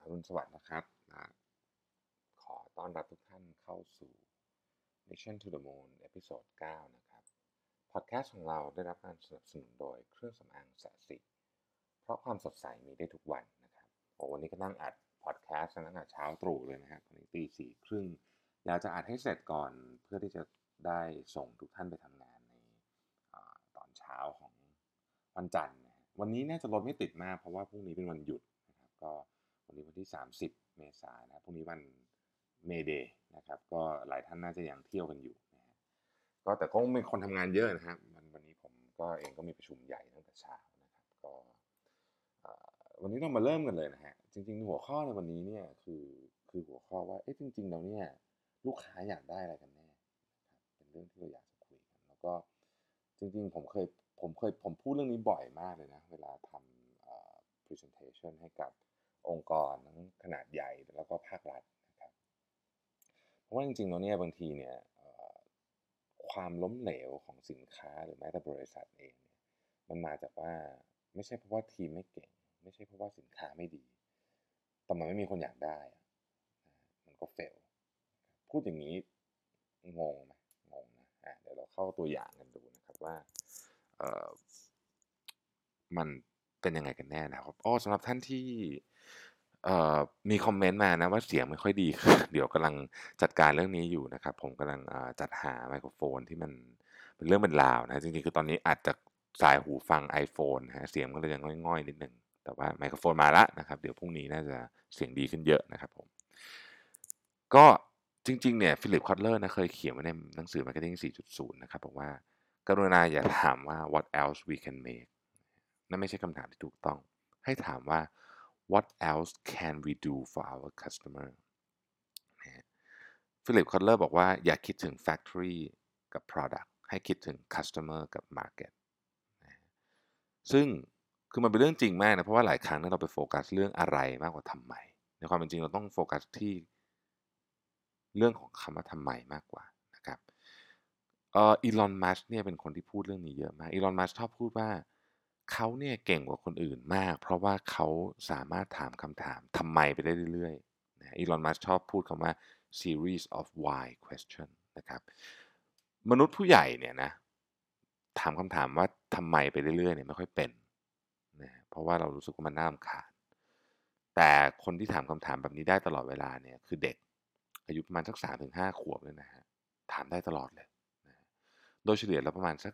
รุณสวัสดิ์นะครับขอต้อนรับทุกท่านเข้าสู่ Mission to the Moon เอพิโซด9นะครับพอดแคสต์ของเราได้รับการสนับสนุนโดยเครื่องสำอางแสสิเพราะความสดใสมีได้ทุกวันนะครับวันนี้ก็นั่งอัดพอดแคสต์ตั้งแต่เช้าตรู่เลยนะครับตอนนี้ตี 4:30อยากจะอัดให้เสร็จก่อนเพื่อที่จะได้ส่งทุกท่านไปทำงานในตอนเช้าของวันจันทร์นะวันนี้น่าจะรถไม่ติดมากเพราะว่าพรุ่งนี้เป็นวันหยุดนะครับก็วันนี้วันที่30เมษายนนะครับพรุ่งนี้วันเมเดย์นะครับก็หลายท่านน่าจะยังเที่ยวกันอยู่นะฮะก็แต่ก็มีคนทำงานเยอะนะครับวันนี้ผมก็เองก็มีประชุมใหญ่ตั้งแต่เช้านะครับก็วันนี้เรามาเริ่มกันเลยนะฮะจริงๆหัวข้อในวันนี้เนี่ยคือหัวข้อว่าจริงๆเราเนี่ยลูกค้าอยากได้อะไรกันแน่ครับเป็นเรื่องที่เราอยากจะคุยกันแล้วก็จริงๆผมพูดเรื่องนี้บ่อยมากเลยนะเวลาทำpresentation ให้กับองค์กรทั้งขนาดใหญ่แล้วก็ภาครัฐนะครับเพราะว่าจริงๆแล้วเนี่ยบางทีเนี่ยความล้มเหลวของสินค้าหรือแม้แต่บริษัทเองเนี่ยมันมาจากว่าไม่ใช่เพราะว่าทีมไม่เก่งไม่ใช่เพราะว่าสินค้าไม่ดีแต่มันไม่มีคนอยากได้อะมันก็เฟลพูดอย่างนี้งงไหมงงนะเดี๋ยวเราเข้าตัวอย่างกันดูนะครับว่าเอ่อมันเป็นยังไงกันแน่นะครับสำหรับท่านที่มีคอมเมนต์มานะว่าเสียงไม่ค่อยดีเดี๋ยวกำลังจัดการเรื่องนี้อยู่นะครับผมกำลังจัดหาไมโครโฟนที่มันเป็นเรื่องเป็นราวนะจริงๆคือตอนนี้อัดจากสายหูฟัง iPhone นะฮะเสียงมันก็เลยยังง่อยๆนิดหนึ่งแต่ว่าไมโครโฟนมาแล้วนะครับเดี๋ยวพรุ่งนี้น่าจะเสียงดีขึ้นเยอะนะครับผมก็จริงๆเนี่ยฟิลิปคอตเลอร์นะเคยเขียนไว้ในหนังสือ Marketing 4.0นะครับบอกว่ากรุณาอย่าถามว่า what else we can make นั่นไม่ใช่คำถามที่ถูกต้องให้ถามว่า what else can we do for our customer นะฮะฟิลิปคอตเลอร์บอกว่าอย่าคิดถึง factory กับ product ให้คิดถึง customer กับ market นะฮะซึ่งคือมันเป็นเรื่องจริงมากนะเพราะว่าหลายครั้งเนี่ยเราไปโฟกัสเรื่องอะไรมากกว่าทำไมในความเป็นจริงเราต้องโฟกัสที่เรื่องของคำว่าทำไมมากกว่านะครับอีลอนมัสเนี่ยเป็นคนที่พูดเรื่องนี้เยอะมากอีลอนมัสชอบพูดว่าเขาเนี่ยเก่งกว่าคนอื่นมากเพราะว่าเขาสามารถถามคำถามทำไมไปได้เรื่อยๆนะอีลอนมัสชอบพูดคำว่า series of why question นะครับมนุษย์ผู้ใหญ่เนี่ยนะถามคำถามว่าทำไมไปเรื่อยๆเนี่ยไม่ค่อยเป็นนะเพราะว่าเรารู้สึกว่ามันน่ารำคาญแต่คนที่ถามคำถามแบบนี้ได้ตลอดเวลาเนี่ยคือเด็กอายุประมาณสัก3-5ขวบเนี่ยนะฮะถามได้ตลอดเลยนะ โดยเฉลี่ยแล้วประมาณสัก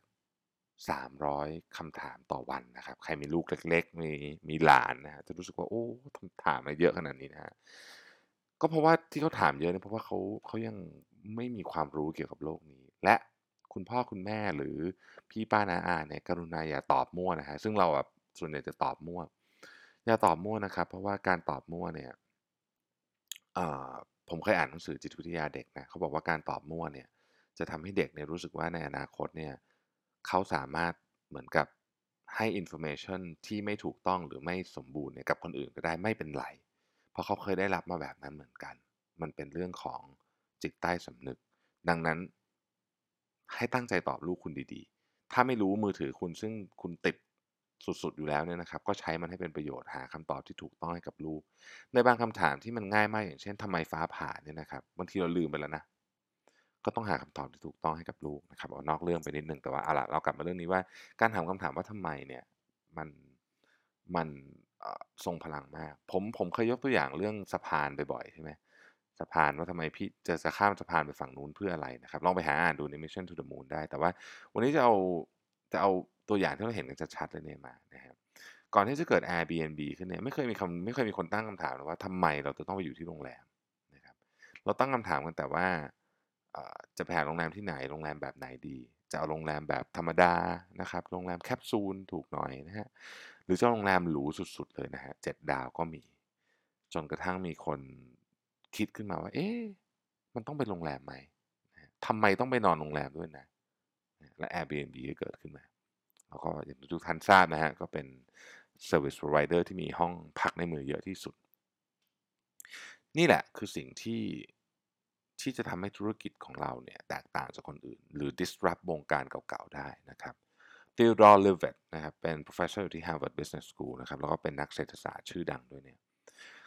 300คำถามต่อวันนะครับใครมีลูกเล็กๆมีหลานนะฮะจะรู้สึกว่าโอ้คำถามอะไรเยอะขนาดนี้นะฮะก็เพราะว่าที่เขาถามเยอะเนี่ยเพราะว่าเขายังไม่มีความรู้เกี่ยวกับโลกนี้และคุณพ่อคุณแม่หรือพี่ป้าน้าอาเนี่ยกรุณาอย่าตอบมั่วนะฮะซึ่งเราแบบส่วนใหญ่จะตอบมั่วอย่าตอบมั่วนะครับเพราะว่าการตอบมั่วเนี่ยอ่าผมเคยอ่านหนังสือจิตวิทยาเด็กนะเขาบอกว่าการตอบมั่วเนี่ย จะทำให้เด็กเนี่ยรู้สึกว่าในอนาคตเนี่ยเขาสามารถเหมือนกับให้ information ที่ไม่ถูกต้องหรือไม่สมบูรณ์เนี่ยกับคนอื่นก็ได้ไม่เป็นไรเพราะเขาเคยได้รับมาแบบนั้นเหมือนกันมันเป็นเรื่องของจิตใต้สำนึกดังนั้นให้ตั้งใจตอบลูกคุณดีๆถ้าไม่รู้มือถือคุณซึ่งคุณติดสุดๆอยู่แล้วเนี่ยนะครับก็ใช้มันให้เป็นประโยชน์หาคำตอบที่ถูกต้องให้กับลูกในบางคำถามที่มันง่ายมากอย่างเช่นทำไมฟ้าผ่าเนี่ยนะครับบางทีเราลืมไปแล้วนะ ก็ต้องหาคำตอบที่ถูกต้องให้กับลูกนะครับนอกเรื่องไปนิดหนึ่งแต่ว่าเอาล่ะเรากลับมาเรื่องนี้ว่าการถามคำถามว่าทำไมเนี่ยมันมันทรงพลังมากผมเคยยกตัวอย่างเรื่องสะพานบ่อยๆใช่ไหมสะพานว่าทำไมพี่จะข้ามสะพานไปฝั่งนู้นเพื่ออะไรนะครับลองไปหาอ่านดูใน Mission to the Moon ได้แต่ว่าวันนี้จะเอาตัวอย่างที่เราเห็นกันชัดๆเลยเนี่ยมานะครับก่อนที่จะเกิด Airbnb ขึ้นเนี่ยไม่เคยมีคนตั้งคำถามเลยว่าทำไมเราจะต้องไปอยู่ที่โรงแรมนะครับเราตั้งคำถามกันแต่ว่า จะไปหาโรงแรมที่ไหนโรงแรมแบบไหนดีจะเอาโรงแรมแบบธรรมดานะครับโรงแรมแคปซูลถูกหน่อยนะฮะหรือจะเอาโรงแรมหรูสุดๆเลยนะฮะ7 ดาวก็มีจนกระทั่งมีคนคิดขึ้นมาว่าเอ๊ะมันต้องเป็นโรงแรมไหมนะฮะทำไมต้องไปนอนโรงแรมด้วยนะและ Airbnb ก็เกิดขึ้นมาแล้วก็อย่างที่ทุกท่านทราบนะฮะก็เป็น Service Provider ที่มีห้องพักในมือเยอะที่สุด นี่แหละคือสิ่งที่จะทำให้ธุรกิจของเราเนี่ยแตกต่างจากคนอื่นหรือ disrupt วงการเก่าๆได้นะครับ Theodore Levitt นะครับเป็น professor อยู่ที่ Harvard Business School นะครับแล้วก็เป็นนักเศรษฐศาสตร์ชื่อดังด้วยเนี่ย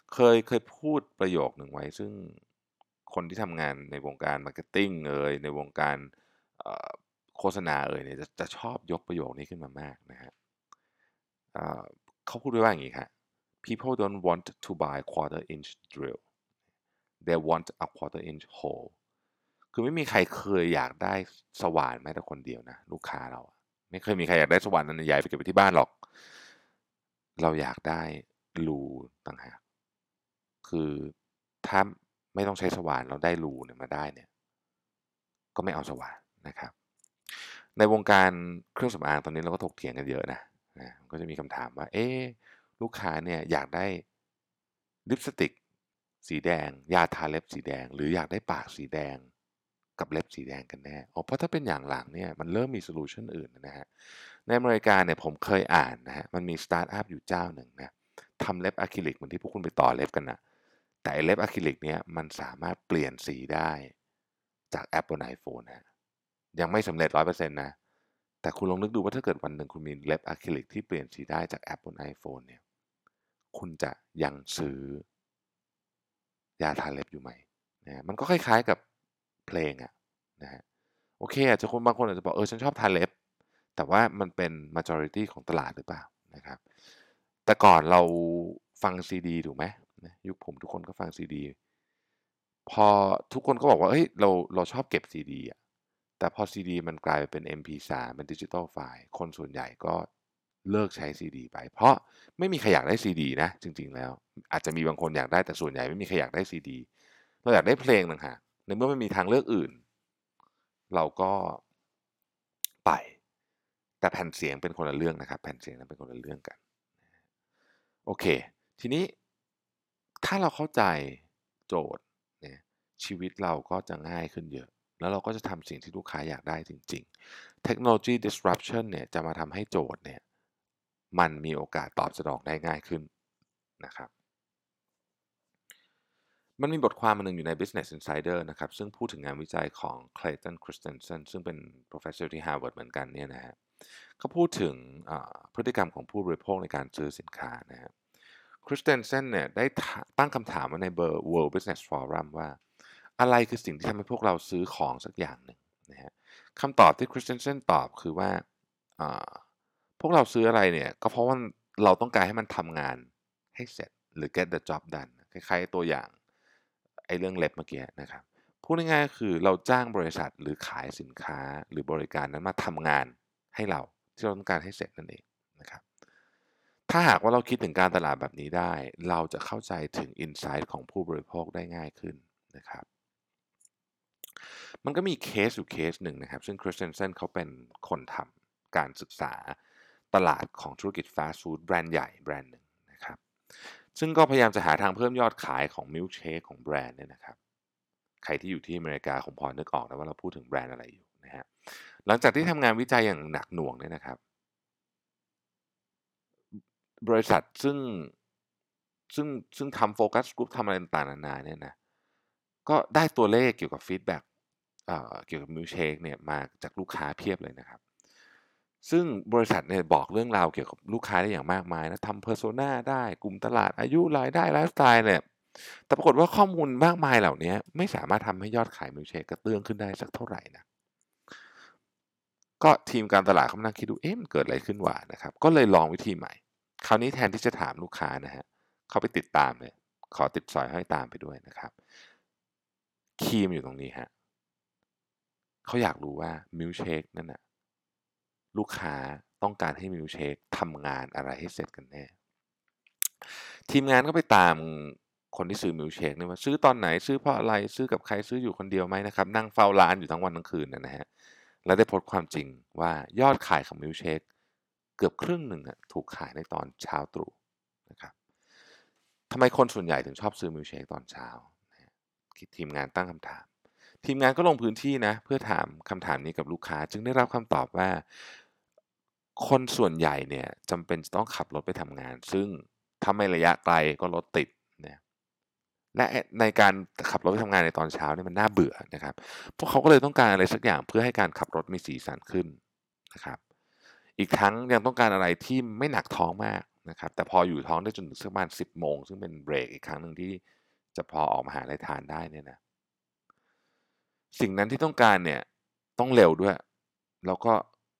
เคยพูดประโยคหนึ่งไว้ซึ่งคนที่ทำงานในวงการ marketing ในวงการเอ่อโฆษณาเนี่ยจะชอบยกประโยคนี้ขึ้นมามากนะครับเอ่อเขาพูดไว้ว่าอย่างงี้ครับ People don't want to buy quarter inch drill they want a quarter inch hole คือไม่มีใครเคยอยากได้สว่านแม้แต่คนเดียวนะลูกค้าเราอะไม่เคยมีใครอยากได้สว่านอันใหญ่ไปเก็บไว้ที่บ้านหรอกเราอยากได้รูต่างหากคือถ้าไม่ต้องใช้สว่านเราได้รูเนี่ยมาได้เนี่ยก็ไม่เอาสว่านนะครับในวงการเครื่องสำอางตอนนี้เราก็ถกเถียงกันเยอะนะมันก็จะมีคำถามว่าเอ๊ะลูกค้าเนี่ยอยากได้ลิปสติกสีแดงยาทาเล็บสีแดงหรืออยากได้ปากสีแดงกับเล็บสีแดงกันแน่เพราะถ้าเป็นอย่างหลังเนี่ยมันเริ่มมีโซลูชันอื่นนะฮะในอเมริกาเนี่ยผมเคยอ่านนะฮะมันมีสตาร์ทอัพอยู่เจ้าหนึ่งนะทำเล็บอะคริลิกเหมือนที่พวกคุณไปต่อเล็บกันนะแต่เล็บอะคริลิกเนี่ยมันสามารถเปลี่ยนสีได้จากแอปบน iPhone นะยังไม่สำเร็จ100%นะแต่คุณลองนึกดูว่าถ้าเกิดวันหนึ่งคุณมีเล็บอะคริลิกที่เปลี่ยนสีได้จากแอปบน iPhone เนี่ยคุณจะยังซื้อยาทาเล็บอยู่ไหมนะมันก็คล้ายๆกับเพลงอะนะฮะโอเคอาจจะคนบางคนอาจจะบอกฉันชอบทาเล็บแต่ว่ามันเป็น majority ของตลาดหรือเปล่านะครับแต่ก่อนเราฟังซีดีถูกไหมนะยุคผมทุกคนก็ฟังซีดีพอทุกคนก็บอกว่าเฮ้ยเราชอบเก็บซีดีอะแต่พอซีดีมันกลายไปเป็น MP3 เป็นดิจิทัลไฟล์คนส่วนใหญ่ก็เลิกใช้ซีดีไปเพราะไม่มีใครอยากได้ซีดีนะจริงๆแล้วอาจจะมีบางคนอยากได้แต่ส่วนใหญ่ไม่มีใครอยากได้ซีดีเราอยากได้เพลงต่างหากในเมื่อไม่มีทางเลือกอื่นเราก็ไปแต่แผ่นเสียงเป็นคนละเรื่องนะครับแผ่นเสียงนั้นเป็นคนละเรื่องกันโอเคทีนี้ถ้าเราเข้าใจโจทย์เนี่ยชีวิตเราก็จะง่ายขึ้นเยอะแล้วเราก็จะทำสิ่งที่ลูกค้าอยากได้จริงๆ Technology disruption เนี่ยจะมาทำให้โจทย์เนี่ยมันมีโอกาสตอบสนองได้ง่ายขึ้นนะครับ มันมีบทความอันหนึ่งอยู่ใน Business Insider นะครับซึ่งพูดถึงงานวิจัยของ Clayton Christensen ซึ่งเป็น professor ที่ Harvard เหมือนกันเนี่ยนะฮะเขาพูดถึงพฤติกรรมของผู้บริโภคในการซื้อสินค้านะฮะ Christensen เนี่ยได้ตั้งคำถามมาใน World Business Forum ว่าอะไรคือสิ่งที่ทำให้พวกเราซื้อของสักอย่างหนึ่งนะฮะคำตอบที่ Christensen ตอบคือว่าอ่าพวกเราซื้ออะไรเนี่ยก็เพราะว่าเราต้องการให้มันทำงานให้เสร็จหรือ get the job done คล้ายๆตัวอย่างไอ้เรื่องเล็บเมื่อกี้นะครับพูดง่ายๆก็คือเราจ้างบริษัทหรือขายสินค้าหรือบริการนั้นมาทำงานให้เราที่เราต้องการให้เสร็จนั่นเองนะครับถ้าหากว่าเราคิดถึงการตลาดแบบนี้ได้เราจะเข้าใจถึง insight ของผู้บริโภคได้ง่ายขึ้นนะครับมันก็มีเคสอยู่เคสหนึ่งนะครับซึ่ง Christensen เขาเป็นคนทำการศึกษาตลาดของธุรกิจฟาสต์ฟู้ดแบรนด์ใหญ่แบรนด์หนึ่งนะครับ ซึ่งก็พยายามจะหาทางเพิ่มยอดขายของมิลค์เชคของแบรนด์เนี่ยนะครับใครที่อยู่ที่อเมริกาคงพอนึกออกนะว่าเราพูดถึงแบรนด์อะไรอยู่นะฮะหลังจากที่ทำงานวิจัยอย่างหนักหน่วงเนี่ยนะครับบริษัทซึ่งซึ่งทำโฟกัสกลุ่มทำอะไรต่างๆนานาเนี่ยนะก็ได้ตัวเลขเกี่ยวกับฟีดแบ็กเกี่ยวกับมิลค์เชคเนี่ยมาจากลูกค้าเพียบเลยนะครับซึ่งบริษัทเนี่ยบอกเรื่องราวเกี่ยวกับลูกค้าได้อย่างมากมายนะทำเพอร์โซนาได้กลุ่มตลาดอายุรายได้ไลฟ์สไตล์เนี่ย แต่ปรากฏว่าข้อมูลมากมายเหล่านี้ไม่สามารถทำให้ยอดขายมิลค์เชคกระเตื้องขึ้นได้สักเท่าไหร่นะก็ทีมการตลาดเขามานั่งคิดดูมันเกิดอะไรขึ้นวะนะครับก็เลยลองวิธีใหม่คราวนี้แทนที่จะถามลูกค้านะฮะเขาไปติดตามเลยขอติดสอยห้อยตามไปด้วยนะครับคีย์มันอยู่ตรงนี้ฮะเขาอยากรู้ว่ามิลค์เชคนั่นน่ะลูกค้าต้องการให้มิลค์เชคทำงานอะไรให้เสร็จกันแน่ ทีมงานก็ไปตามคนที่ซื้อมิลค์เชกเนี่ยว่าซื้อตอนไหนซื้อเพราะอะไรซื้อกับใครซื้ออยู่คนเดียวไหมนะครับนั่งเฝ้าร้านอยู่ทั้งวันทั้งคืนนะฮะแล้วได้พบความจริงว่ายอดขายของมิลค์เชกเกือบครึ่งหนึ่งอะถูกขายในตอนเช้าตรู่นะครับทำไมคนส่วนใหญ่ถึงชอบซื้อมิลค์เชกตอนเช้านะฮะทีมงานตั้งคำถามทีมงานก็ลงพื้นที่นะเพื่อถามคำถามนี้กับลูกค้าจึงได้รับคำตอบว่าคนส่วนใหญ่เนี่ยจำเป็นจะต้องขับรถไปทำงานซึ่งถ้าไม่ระยะไกลก็รถติดนะ และในการขับรถไปทำงานในตอนเช้าเนี่ยมันน่าเบื่อนะครับพวกเขาก็เลยต้องการอะไรสักอย่างเพื่อให้การขับรถมีสีสันขึ้นนะครับอีกทั้งยังต้องการอะไรที่ไม่หนักท้องมากนะครับแต่พออยู่ท้องได้จนถึงสักประมาณ10โมงซึ่งเป็นเบรกอีกครั้งหนึ่งที่จะพอออกมาหาอะไรทานได้เนี่ยนะสิ่งนั้นที่ต้องการเนี่ยต้องเร็วด้วยแล้วก็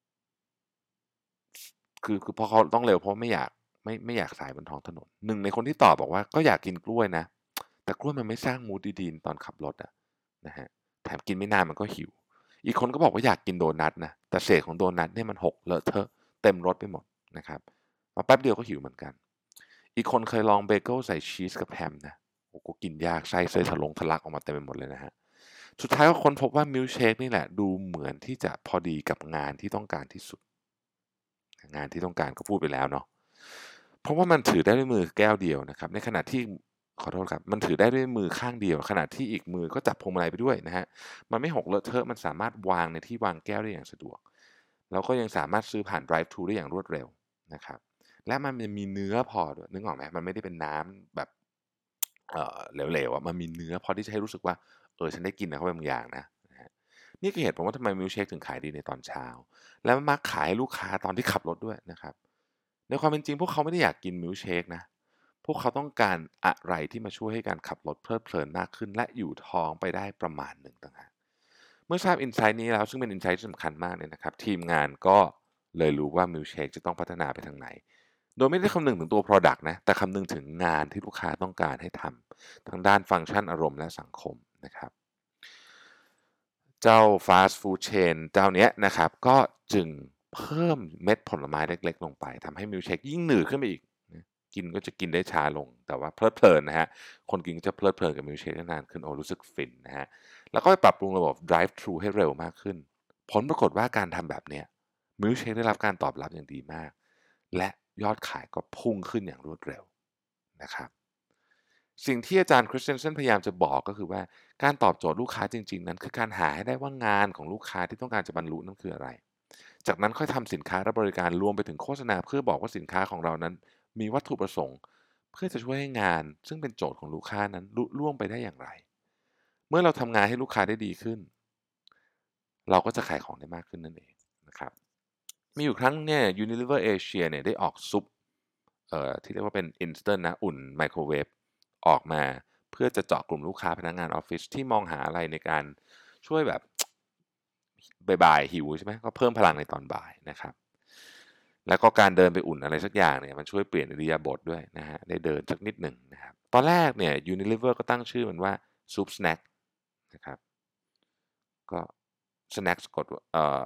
คือเพราะเขาต้องเร็วเพราะไม่อยากสายบนท้องถนนหนึ่งในคนที่ตอบบอกว่าก็อยากกินกล้วยนะแต่กล้วยมันไม่สร้างมูดดีๆตอนขับรถอะนะฮะแถมกินไม่นานมันก็หิวอีกคนก็บอกว่าอยากกินโดนัทนะแต่เศษของโดนัทเนี่ยมันหกเลอะเทอะเต็มรถไปหมดนะครับมาแป๊บเดียวก็หิวเหมือนกันอีกคนเคยลองเบเกิลใส่ชีสกับแฮมนะโอ้โหกินยากไส้ทะลักออกมาเต็มไปหมดเลยนะฮะสุดท้ายก็ค้นพบว่ามิลค์เชคนี่แหละดูเหมือนที่จะพอดีกับงานที่ต้องการที่สุด งานที่ต้องการก็พูดไปแล้วเนาะเพราะว่ามันถือได้ด้วยมือแก้วเดียวนะครับในขณะที่ขอโทษครับมันถือได้ด้วยมือข้างเดียวขณะที่อีกมือก็จับพวงมาลัยไปด้วยนะฮะมันไม่หกเลอะเทอะมันสามารถวางในที่วางแก้วได้อย่างสะดวกแล้วก็ยังสามารถซื้อผ่าน drive thru ได้อย่างรวดเร็วนะครับและมันยังมีเนื้อพอด้วยนึกออกไหมมันไม่ได้เป็นน้ำแบบเหลวๆอะมันมีเนื้อพอที่จะให้รู้สึกว่าฉันได้กินอะไรเข้าไปบางอย่างนะฮะนี่คือเหตุผลว่าทำไมมิลค์เชคถึงขายดีในตอนเช้า แล้วมักขายให้ลูกค้าตอนที่ขับรถด้วยนะครับในความเป็นจริงพวกเขาไม่ได้อยากกินมิลค์เชคนะพวกเขาต้องการอะไรที่มาช่วยให้การขับรถเพลิดเพลินมากขึ้นและอยู่ท้องไปได้ประมาณหนึ่งต่างหากเมื่อทราบอินไซต์นี้แล้วซึ่งเป็นอินไซต์ที่สำคัญมากเลยนะครับทีมงานก็เลยรู้ว่ามิลค์เชคจะต้องพัฒนาไปทางไหนโดยไม่ได้คำนึงถึงตัว Product นะแต่คำนึงถึงงานที่ลูกค้าต้องการให้ทำทางด้านฟังก์ชันอารมณ์และสังคมนะครับ เจ้าฟาสต์ฟู้ดเชนเจ้าเนี้ยนะครับก็จึงเพิ่มเม็ดผลไม้เล็กๆลงไปทำให้มิลค์เชคยิ่งหนืดขึ้นไปอีกนะกินก็จะกินได้ช้าลงแต่ว่าเพลิดเพลินนะฮะคนกินก็จะเพลิดเพลินกับมิลค์เชคได้นานขึ้นโอ้รู้สึกฟินนะฮะแล้วก็ไปปรับปรุงระบบ drive thru ให้เร็วมากขึ้นผลปรากฏว่าการทำแบบเนี้ยมิลค์เชคได้รับการตอบรับอย่างดีมากและยอดขายก็พุ่งขึ้นอย่างรวดเร็วนะครับ สิ่งที่อาจารย์คริสเตนเซนพยายามจะบอกก็คือว่าการตอบโจทย์ลูกค้าจริงๆนั้นคือการหาให้ได้ว่างานของลูกค้าที่ต้องการจะบรรลุนั้นคืออะไรจากนั้นค่อยทำสินค้าและบริการรวมไปถึงโฆษณาเพื่อบอกว่าสินค้าของเรานั้นมีวัตถุประสงค์เพื่อจะช่วยให้งานซึ่งเป็นโจทย์ของลูกค้านั้นลุล่วงไปได้อย่างไรเมื่อเราทำงานให้ลูกค้าได้ดีขึ้นเราก็จะขายของได้มากขึ้นนั่นเองนะครับมีอยู่ครั้งเนี่ย Unilever Asia เนี่ยได้ออกซุปที่เรียกว่าเป็น Instant นะอุ่นไมโครเวฟออกมาเพื่อจะเจาะกลุ่มลูกค้าพนักงานออฟฟิศที่มองหาอะไรในการช่วยแบบบ่ายๆหิวใช่ไหมก็เพิ่มพลังในตอนบ่ายนะครับแล้วก็การเดินไปอุ่นอะไรสักอย่างเนี่ยมันช่วยเปลี่ยนอิริยาบถด้วยนะฮะได้เดินสักนิดหนึ่งนะครับตอนแรกเนี่ย Unilever ก็ตั้งชื่อมันว่าซุปสแน็คนะครับ ก็สแน็คสะกด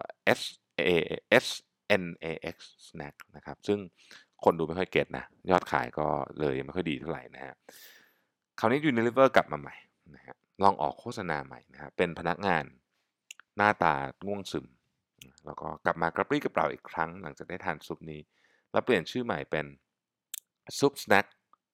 S A S N A X snack นะครับซึ่งคนดูไม่ค่อยเก็ตนะยอดขายก็เลยไม่ค่อยดีเท่าไหร่นะฮะคราวนี้ Unilever กลับมาใหม่นะฮะลองออกโฆษณาใหม่นะครับเป็นพนักงานหน้าตาง่วงซึมแล้วก็กลับมากระปรี้กระเปร่าอีกครั้งหลังจากได้ทานซุปนี้แล้วเปลี่ยนชื่อใหม่เป็นซุปสแน็ค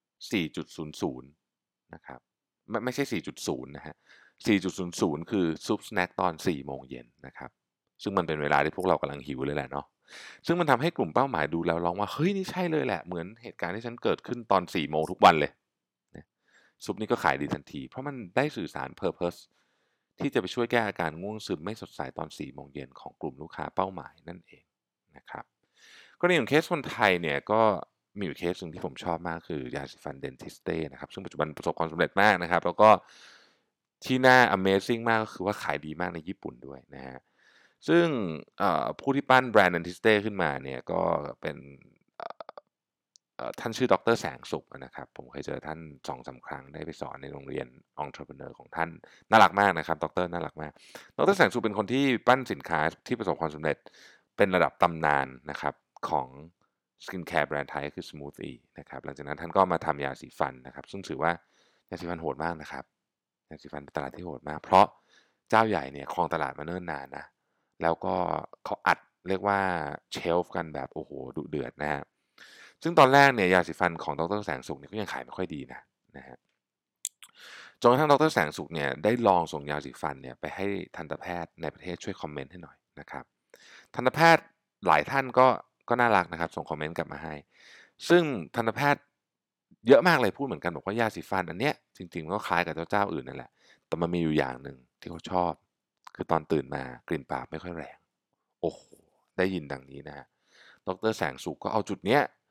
4.00นะครับไม่ใช่4.0นะฮะ 4.00คือซุปสแน็คตอน4โมงเย็นนะครับซึ่งมันเป็นเวลาที่พวกเรากำลังหิวเลยแหละเนาะซึ่งมันทำให้กลุ่มเป้าหมายดูแล้วร้องว่าเฮ้ยนี่ใช่เลยแหละเหมือนเหตุการณ์ที่ฉันเกิดขึ้นตอน4โมงทุกวันเลยนะซุปนี้ก็ขายดีทันทีเพราะมันได้สื่อสาร Purpose ที่จะไปช่วยแก้อาการง่วงซึมไม่สดใสตอน4โมงเย็นของกลุ่มลูกค้าเป้าหมายนั่นเองนะครับกรณีของเคสคนไทยเนี่ยก็มีอยู่เคสหนึ่งที่ผมชอบมากคือยาสีฟัน Dentiste นะครับซึ่งปัจจุบันประสบความสำเร็จมากนะครับแล้วก็ที่น่า Amazing มากก็คือว่าขายดีมากในญี่ปุ่นด้วยนะฮะซึ่งผู้ที่ปั้นแบรนด์ Dentiste ขึ้นมาเนี่ยก็เป็นเอ่อท่านชื่อดรแสงสุขนะครับผมเคยเจอท่าน2-3ครั้งได้ไปสอนในโรงเรียน Entrepreneur ของท่านน่ารักมากนะครับดรน่ารักมากดรแสงสุขเป็นคนที่ปั้นสินค้าที่ประสบความสำเร็จเป็นระดับตำนานนะครับของสกินแคร์แบรนด์ไทยก็คือ Smoothie นะครับหลังจากนั้นท่านก็มาทำยาสีฟันนะครับซึ่งถือว่ายาสีฟันโหดมากนะครับยาสีฟันเป็นตลาดที่โหดมากเพราะเจ้าใหญ่เนี่ยครองตลาดมาเนิ่นนานนะแล้วก็เขาอัดเรียกว่าเชลฟ์กันแบบโอ้โหดุเดือดนะฮะซึ่งตอนแรกเนี่ยยาสีฟันของดรแสงสุขเนี่ยก็ยังขายไม่ค่อยดีนะฮะจนกระทั่งดรแสงสุขเนี่ยได้ลองส่งยาสีฟันเนี่ยไปให้ทันตแพทย์ในประเทศช่วยคอมเมนต์ให้หน่อยนะครับทันตแพทย์หลายท่านก็น่ารักนะครับส่งคอมเมนต์กลับมาให้ซึ่งทันตแพทย์เยอะมากเลยพูดเหมือนกันบอกว่ายาสีฟันอันเนี้ยจริงๆมันก็คล้ายกับเจ้าอื่นนั่นแหละแต่มันมีอยู่อย่างหนึ่งที่เขาชอบคือตอนตื่นมากลิ่นปากไม่ค่อยแรงโอ้โหได้ยินดังนี้นะฮะดรแสงสุขก็เอาจุดเนี้ย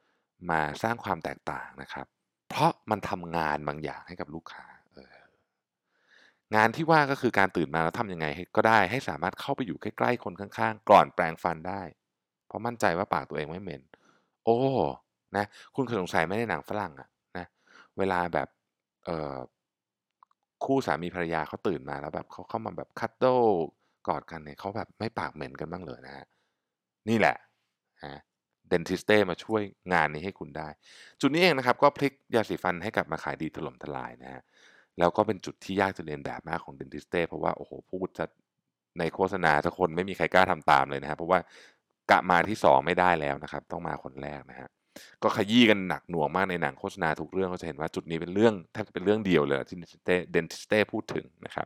มาสร้างความแตกต่างนะครับเพราะมันทำงานบางอย่างให้กับลูกค้างานที่ว่าก็คือการตื่นมาแล้วทำยังไงให้ก็ได้ให้สามารถเข้าไปอยู่ใกล้ๆคนข้างๆก่อนแปรงฟันได้เพราะมั่นใจว่าปากตัวเองไม่เหม็นโอ้นะคุณเคยสงสัยไหมในหนังฝรั่งอะนะเวลาแบบเอ่อคู่สามีภรรยาเขาตื่นมาแล้วแบบเขาเข้ามาแบบ cuddle กอดกันเนี่ยเขาแบบไม่ปากเหม็นกันบ้างเหรอนะครับนี่แหละนะ Dentiste มาช่วยงานนี้ให้คุณได้จุดนี้เองนะครับก็พลิกยาสีฟันให้กลับมาขายดีถล่มทลายนะครับ แล้วก็เป็นจุดที่ยากจะเรียนแบบมากของ Dentiste เพราะว่าโอ้โฮพูดจะในโฆษณาถ้าคนไม่มีใครกล้าทำตามเลยนะครับเพราะว่ากะมาที่2ไม่ได้แล้วนะครับต้องมาคนแรกนะครับก็ขยี้กันหนักหน่วงมากในหนังโฆษณาทุกเรื่องก็จะเห็นว่าจุดนี้เป็นเรื่องแทบจะเป็นเรื่องเดียวเลยที่ Dentiste พูดถึงนะครับ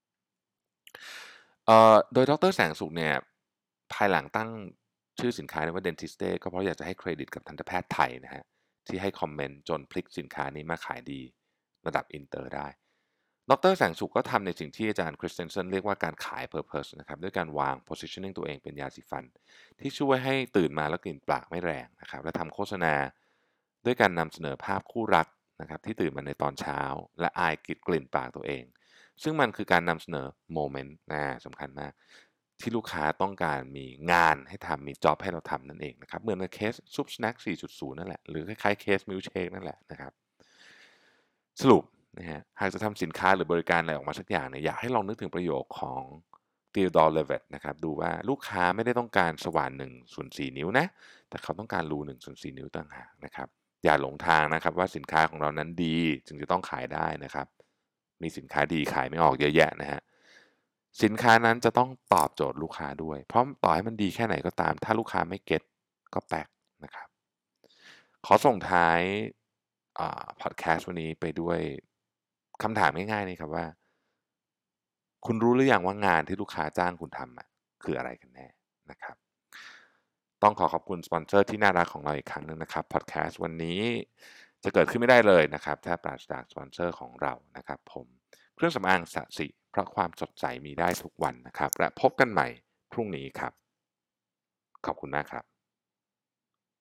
โดยดรแสงสุขเนี่ยภายหลังตั้งชื่อสินค้านี้ว่า Dentiste ก็เพราะอยากจะให้เครดิตกับทันตแพทย์ไทยนะครับที่ให้คอมเมนต์จนพลิกสินค้านี้มาขายดีระดับอินเตอร์ได้ ดรแสงสุขก็ทำในสิ่งที่อาจารย์คริสเตนเซนเรียกว่าการขาย Purpose นะครับด้วยการวาง positioning ตัวเองเป็นยาสีฟันที่ช่วยให้ตื่นมาแล้วกลิ่นปากไม่แรงนะครับและทำโฆษณาด้วยการนำเสนอภาพคู่รักนะครับที่ตื่นมาในตอนเช้าและอายกลิ่นปากตัวเองซึ่งมันคือการนำเสนอโมเมนต์สำคัญมากที่ลูกค้าต้องการมีงานให้ทำมีจ็อบให้เราทำนั่นเองนะครับเหมือนกับเคสซุปสแน็ค4.0นั่นแหละหรือคล้ายๆเคสมิลค์เชคนั่นแหละนะครับสรุป นะฮะหากจะทำสินค้าหรือบริการอะไรออกมาสักอย่างเนี่ยอยากให้ลองนึกถึงประโยคของ Theodore Levitt นะครับดูว่าลูกค้าไม่ได้ต้องการสว่าน1/4 นิ้วนะแต่เขาต้องการรู1/4 นิ้วต่างหากนะครับอย่าหลงทางนะครับว่าสินค้าของเรานั้นดีจึงจะต้องขายได้นะครับมีสินค้าดีขายไม่ออกเยอะแยะนะฮะสินค้านั้นจะต้องตอบโจทย์ลูกค้าด้วยเพราะต่อให้มันดีแค่ไหนก็ตามถ้าลูกค้าไม่เก็ตก็แปลกนะครับขอส่งท้ายพอดแคสต์วันนี้ไปด้วยคำถามง่ายๆนี่ครับว่า คุณรู้หรือยังว่างานที่ลูกค้าจ้างคุณทำอะคืออะไรกันแน่นะครับต้องขอขอบคุณสปอนเซอร์ที่น่ารักของเราอีกครั้งหนึ่งนะครับพอดแคสต์วันนี้จะเกิดขึ้นไม่ได้เลยนะครับถ้าปราศจากสปอนเซอร์ของเรานะครับผมเครื่องสำอางสะสิเพราะความสดใสมีได้ทุกวันนะครับและพบกันใหม่พรุ่งนี้ครับขอบคุณมากครับ